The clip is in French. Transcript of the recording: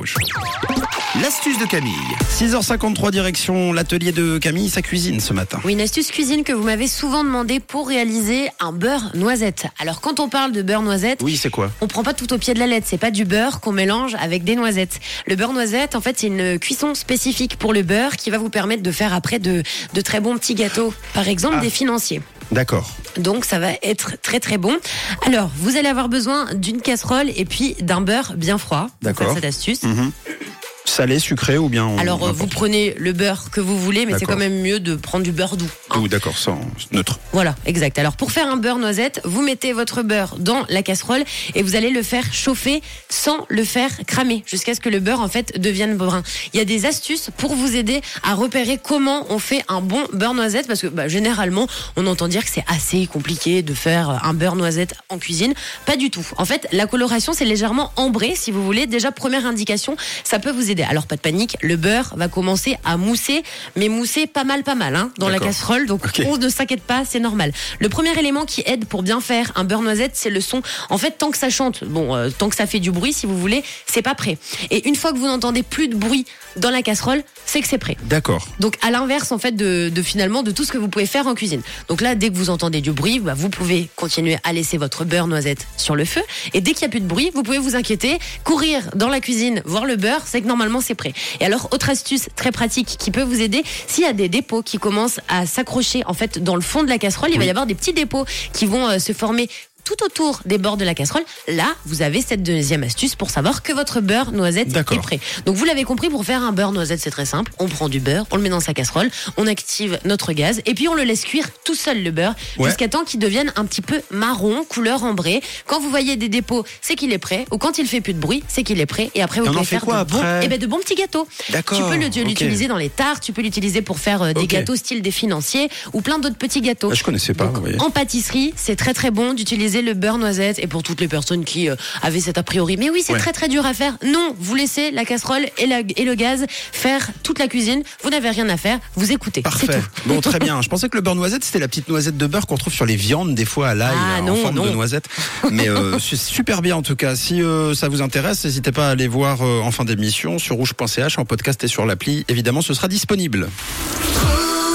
Rouge. L'astuce de Camille. 6h53 direction l'atelier de Camille, sa cuisine ce matin. Oui, une astuce cuisine que vous m'avez souvent demandé pour réaliser un beurre noisette. Alors quand on parle de beurre noisette, Oui, c'est quoi? on prend pas tout au pied de la lettre, c'est pas du beurre qu'on mélange avec des noisettes. Le beurre noisette, en fait, c'est une cuisson spécifique pour le beurre qui va vous permettre de faire après de très bons petits gâteaux. Par exemple, des financiers. D'accord. Donc ça va être très très bon. Alors, vous allez avoir besoin d'une casserole et puis d'un beurre bien froid pour D'accord. faire cette astuce. Salé, sucré ou bien... Alors, vous n'importe prenez le beurre que vous voulez, mais c'est D'accord. quand même mieux de prendre du beurre doux. hein. Ou d'accord, sans neutre. Voilà, exact. Alors pour faire un beurre noisette, vous mettez votre beurre dans la casserole et vous allez le faire chauffer sans le faire cramer jusqu'à ce que le beurre en fait devienne brun. Il y a des astuces pour vous aider à repérer comment on fait un bon beurre noisette parce que généralement on entend dire que c'est assez compliqué de faire un beurre noisette en cuisine. Pas du tout. En fait, la coloration c'est légèrement ambré si vous voulez. Déjà première indication, ça peut vous aider. Alors pas de panique, le beurre va commencer à mousser, mais mousser pas mal dans la D'accord. casserole. Donc Ok. on ne s'inquiète pas, c'est normal. Le premier élément qui aide pour bien faire un beurre noisette, c'est le son. En fait, tant que ça chante, tant que ça fait du bruit, si vous voulez, c'est pas prêt. Et une fois que vous n'entendez plus de bruit dans la casserole, c'est que c'est prêt. D'accord. Donc à l'inverse en fait de finalement de tout ce que vous pouvez faire en cuisine. Donc là, dès que vous entendez du bruit, vous pouvez continuer à laisser votre beurre noisette sur le feu. Et dès qu'il n'y a plus de bruit, vous pouvez vous inquiéter, courir dans la cuisine, voir le beurre, c'est que normalement c'est prêt. Et alors autre astuce très pratique qui peut vous aider, s'il y a des dépôts qui commencent à s'accrocher en fait dans le fond de la casserole, il va y avoir des petits dépôts qui vont se former tout autour des bords de la casserole. Là, vous avez cette deuxième astuce pour savoir que votre beurre noisette D'accord. est prêt. Donc vous l'avez compris, pour faire un beurre noisette, c'est très simple. On prend du beurre, on le met dans sa casserole, on active notre gaz et puis on le laisse cuire tout seul le beurre Ouais. jusqu'à temps qu'il devienne un petit peu marron, couleur ambrée. Quand vous voyez des dépôts, c'est qu'il est prêt. Ou quand il fait plus de bruit, c'est qu'il est prêt. Et après, vous Et on pouvez en fait faire quoi après de bons petits gâteaux. D'accord, Tu peux ok. l'utiliser dans les tartes, tu peux l'utiliser pour faire des Ok. gâteaux style des financiers ou plein d'autres petits gâteaux. Je connaissais pas, vous voyez. En pâtisserie, c'est très très bon d'utiliser le beurre noisette. Et pour toutes les personnes qui avaient cet a priori, mais oui, c'est Ouais. très très dur à faire. Non, vous laissez la casserole et le gaz faire toute la cuisine. Vous n'avez rien à faire, vous écoutez. C'est Parfait. tout. Bon, très bien. Je pensais que le beurre noisette, c'était la petite noisette de beurre qu'on trouve sur les viandes, des fois à l'ail, Ah, là, en non, forme de non. noisette. Mais c'est super bien en tout cas. Si ça vous intéresse, n'hésitez pas à aller voir en fin d'émission sur rouge.ch, en podcast et sur l'appli. Évidemment, ce sera disponible.